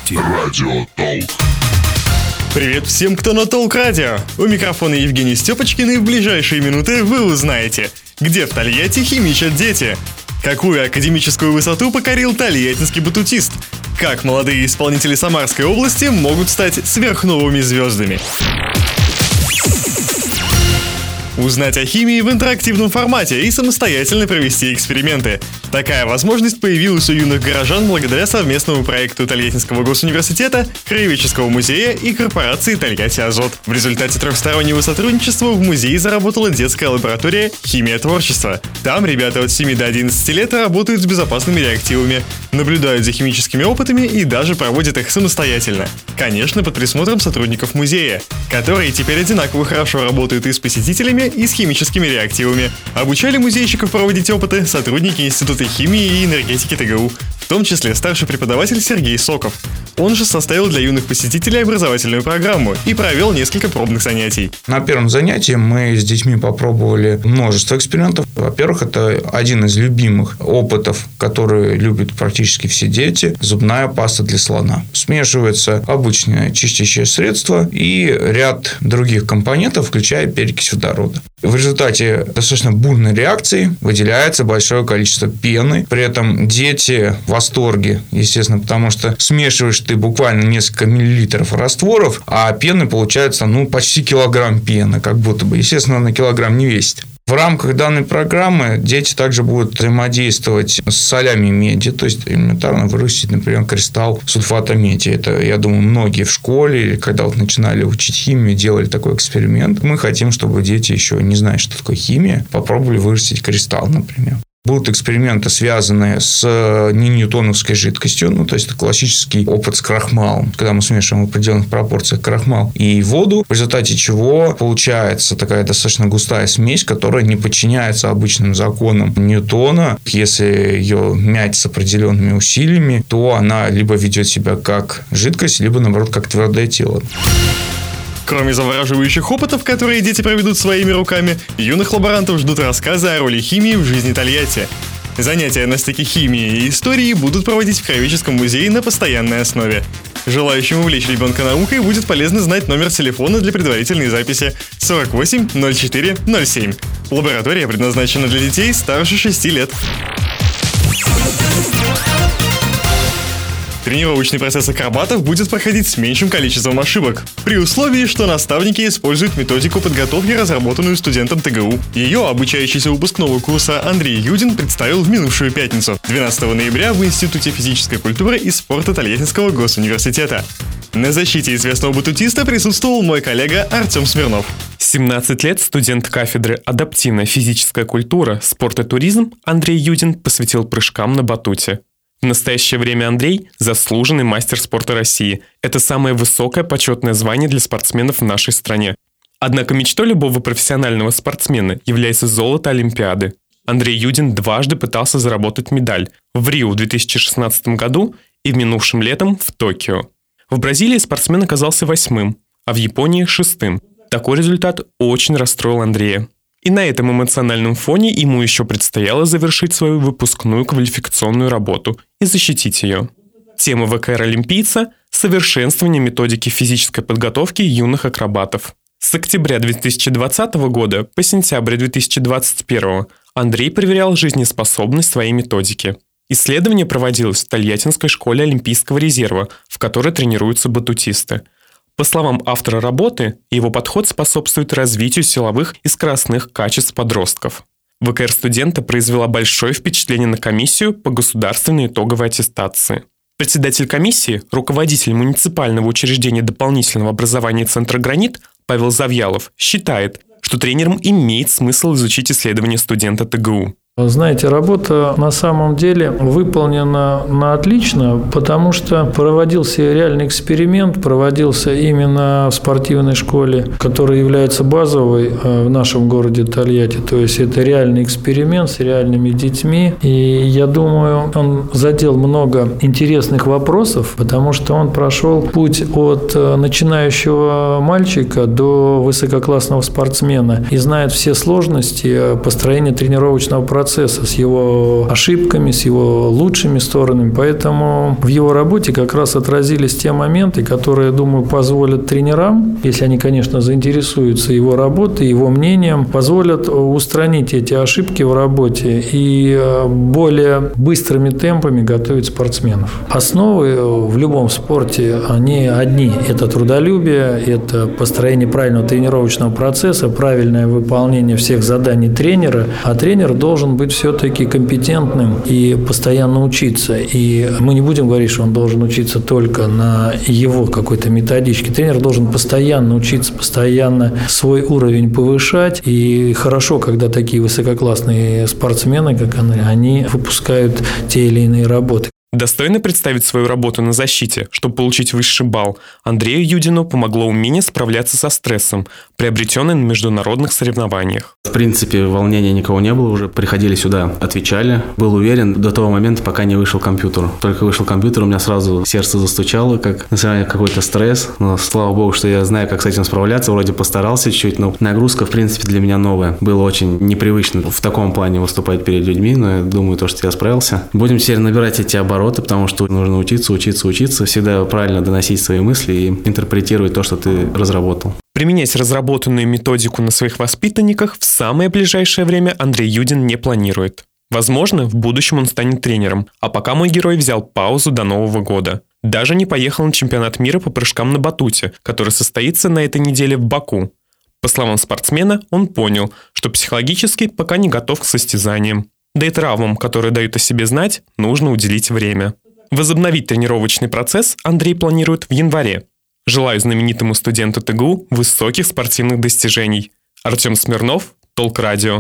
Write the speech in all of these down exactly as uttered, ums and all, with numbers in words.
Новости. Радио Толк. Привет всем, кто на Толк Радио. У микрофона Евгений Степочкин, и в ближайшие минуты вы узнаете, где в Тольятти химичат дети, какую академическую высоту покорил тольяттинский батутист, как молодые исполнители Самарской области могут стать сверхновыми звездами. Узнать о химии в интерактивном формате и самостоятельно провести эксперименты. Такая возможность появилась у юных горожан благодаря совместному проекту Тольяттинского госуниверситета, Краеведческого музея и корпорации «Тольятти Азот». В результате трехстороннего сотрудничества в музее заработала детская лаборатория «Химия творчества». Там ребята от семи до одиннадцати лет работают с безопасными реактивами, наблюдают за химическими опытами и даже проводят их самостоятельно. Конечно, под присмотром сотрудников музея, которые теперь одинаково хорошо работают и с посетителями, и с химическими реактивами. Обучали музейщиков проводить опыты сотрудники Института химии и энергетики ТГУ, в том числе старший преподаватель Сергей Соков. Он же составил для юных посетителей образовательную программу и провел несколько пробных занятий. На первом занятии мы с детьми попробовали множество экспериментов. Во-первых, это один из любимых опытов, которые любят практически все дети – зубная паста для слона. Смешивается обычное чистящее средство и ряд других компонентов, включая перекись водорода. В результате достаточно бурной реакции выделяется большое количество пены. При этом дети в восторге, естественно, потому что смешиваешь ты буквально несколько миллилитров растворов, а пены получается ну, почти килограмм пены, как будто бы. Естественно, на килограмм не весит. В рамках данной программы дети также будут взаимодействовать с солями меди, то есть элементарно вырастить, например, кристалл сульфата меди. Это, я думаю, многие в школе или когда вот начинали учить химию, делали такой эксперимент. Мы хотим, чтобы дети, еще не зная, что такое химия, попробовали вырастить кристалл, например. Будут эксперименты, связанные с неньютоновской жидкостью, ну, то есть это классический опыт с крахмалом, когда мы смешиваем в определенных пропорциях крахмал и воду, в результате чего получается такая достаточно густая смесь, которая не подчиняется обычным законам Ньютона. Если ее мять с определенными усилиями, то она либо ведет себя как жидкость, либо, наоборот, как твердое тело. Кроме завораживающих опытов, которые дети проведут своими руками, юных лаборантов ждут рассказы о роли химии в жизни Тольятти. Занятия на стыке химии и истории будут проводить в Краеведческом музее на постоянной основе. Желающим увлечь ребенка наукой будет полезно знать номер телефона для предварительной записи сорок восемь ноль четыре ноль семь. Лаборатория предназначена для детей старше шести лет. Тренировочный процесс акробатов будет проходить с меньшим количеством ошибок, при условии, что наставники используют методику подготовки, разработанную студентом ТГУ. Ее обучающийся выпускного курса Андрей Юдин представил в минувшую пятницу, двенадцатого ноября, в Институте физической культуры и спорта Тольяттинского госуниверситета. На защите известного батутиста присутствовал мой коллега Артем Смирнов. семнадцать лет студент кафедры «Адаптивная физическая культура, спорт и туризм» Андрей Юдин посвятил прыжкам на батуте. В настоящее время Андрей – заслуженный мастер спорта России. Это самое высокое почетное звание для спортсменов в нашей стране. Однако мечтой любого профессионального спортсмена является золото Олимпиады. Андрей Юдин дважды пытался заработать медаль – в Рио в две тысячи шестнадцатом году и в минувшем летом в Токио. В Бразилии спортсмен оказался восьмым, а в Японии – шестым. Такой результат очень расстроил Андрея. И на этом эмоциональном фоне ему еще предстояло завершить свою выпускную квалификационную работу и защитить ее. Тема ВКР-олимпийца – совершенствование методики физической подготовки юных акробатов. С октября две тысячи двадцатого года по сентябрь две тысячи двадцать первого Андрей проверял жизнеспособность своей методики. Исследование проводилось в Тольяттинской школе Олимпийского резерва, в которой тренируются батутисты. По словам автора работы, его подход способствует развитию силовых и скоростных качеств подростков. ВКР студента произвела большое впечатление на комиссию по государственной итоговой аттестации. Председатель комиссии, руководитель муниципального учреждения дополнительного образования Центра «Гранит» Павел Завьялов считает, что тренерам имеет смысл изучить исследования студента ТГУ. Знаете, работа на самом деле выполнена на отлично, потому что проводился реальный эксперимент, проводился именно в спортивной школе, которая является базовой в нашем городе Тольятти. То есть это реальный эксперимент с реальными детьми. И я думаю, он задел много интересных вопросов, потому что он прошел путь от начинающего мальчика до высококлассного спортсмена и знает все сложности построения тренировочного процесса процесса, с его ошибками, с его лучшими сторонами. Поэтому в его работе как раз отразились те моменты, которые, я думаю, позволят тренерам, если они, конечно, заинтересуются его работой, его мнением, позволят устранить эти ошибки в работе и более быстрыми темпами готовить спортсменов. Основы в любом спорте, они одни. Это трудолюбие, это построение правильного тренировочного процесса, правильное выполнение всех заданий тренера, а тренер должен быть все-таки компетентным и постоянно учиться. И мы не будем говорить, что он должен учиться только на его какой-то методичке. Тренер должен постоянно учиться, постоянно свой уровень повышать. И хорошо, когда такие высококлассные спортсмены, как они, они выпускают те или иные работы. Достойно представить свою работу на защите, чтобы получить высший балл, Андрею Юдину помогло умение справляться со стрессом, приобретенным на международных соревнованиях. В принципе, волнения никого не было, уже приходили сюда, отвечали. Был уверен до того момента, пока не вышел компьютер. Только вышел компьютер, у меня сразу сердце застучало, как на какой-то стресс. Но слава богу, что я знаю, как с этим справляться. Вроде постарался чуть-чуть, но нагрузка, в принципе, для меня новая. Было очень непривычно в таком плане выступать перед людьми, но я думаю, то, что я справился. Будем теперь набирать эти обороты, потому что нужно учиться, учиться, учиться, всегда правильно доносить свои мысли и интерпретировать то, что ты разработал. Применять разработанную методику на своих воспитанниках в самое ближайшее время Андрей Юдин не планирует. Возможно, в будущем он станет тренером, а пока мой герой взял паузу до Нового года. Даже не поехал на чемпионат мира по прыжкам на батуте, который состоится на этой неделе в Баку. По словам спортсмена, он понял, что психологически пока не готов к состязаниям. Да и травмам, которые дают о себе знать, нужно уделить время. Возобновить тренировочный процесс Андрей планирует в январе. Желаю знаменитому студенту ТГУ высоких спортивных достижений. Артем Смирнов, Толк Радио.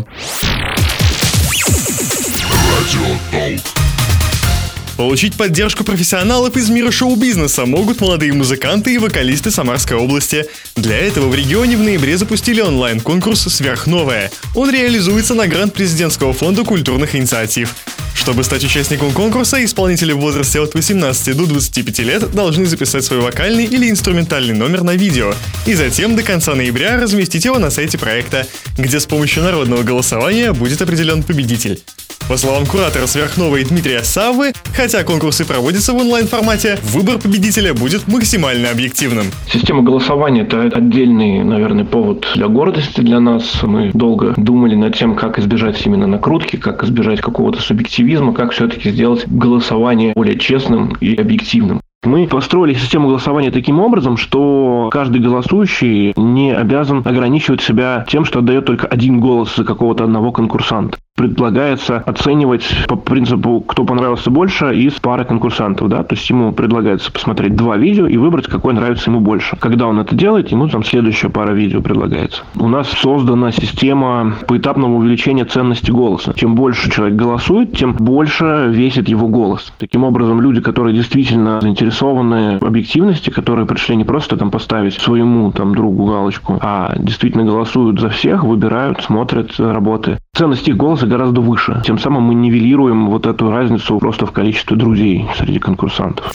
Получить поддержку профессионалов из мира шоу-бизнеса могут молодые музыканты и вокалисты Самарской области. Для этого в регионе в ноябре запустили онлайн-конкурс «Сверхновая». Он реализуется на грант президентского фонда культурных инициатив. Чтобы стать участником конкурса, исполнители в возрасте от восемнадцати до двадцати пяти лет должны записать свой вокальный или инструментальный номер на видео и затем до конца ноября разместить его на сайте проекта, где с помощью народного голосования будет определен победитель. По словам куратора «Сверхновой» Дмитрия Саввы, хотя конкурсы проводятся в онлайн-формате, выбор победителя будет максимально объективным. Система голосования – это отдельный, наверное, повод для гордости для нас. Мы долго думали над тем, как избежать именно накрутки, как избежать какого-то субъективизма, как все-таки сделать голосование более честным и объективным. Мы построили систему голосования таким образом, что каждый голосующий не обязан ограничивать себя тем, что отдает только один голос за какого-то одного конкурсанта. Предлагается оценивать по принципу, кто понравился больше, из пары конкурсантов, да, то есть ему предлагается посмотреть два видео и выбрать, какое нравится ему больше. Когда он это делает, ему там следующая пара видео предлагается. У нас создана система поэтапного увеличения ценности голоса. Чем больше человек голосует, тем больше весит его голос. Таким образом, люди, которые действительно заинтересованы в объективности, которые пришли не просто там поставить своему там другу галочку, а действительно голосуют за всех, выбирают, смотрят работы. Ценность их голоса гораздо выше. Тем самым мы нивелируем вот эту разницу просто в количестве друзей среди конкурсантов.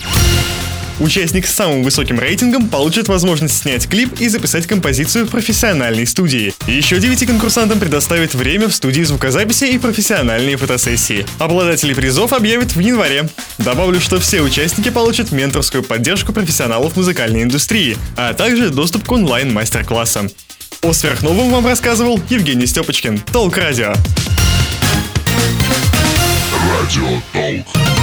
Участник с самым высоким рейтингом получит возможность снять клип и записать композицию в профессиональной студии. Еще девяти конкурсантам предоставят время в студии звукозаписи и профессиональные фотосессии. Обладателей призов объявят в январе. Добавлю, что все участники получат менторскую поддержку профессионалов музыкальной индустрии, а также доступ к онлайн-мастер-классам. О сверхновом вам рассказывал Евгений Степочкин. Толк Радио. Радио Толк.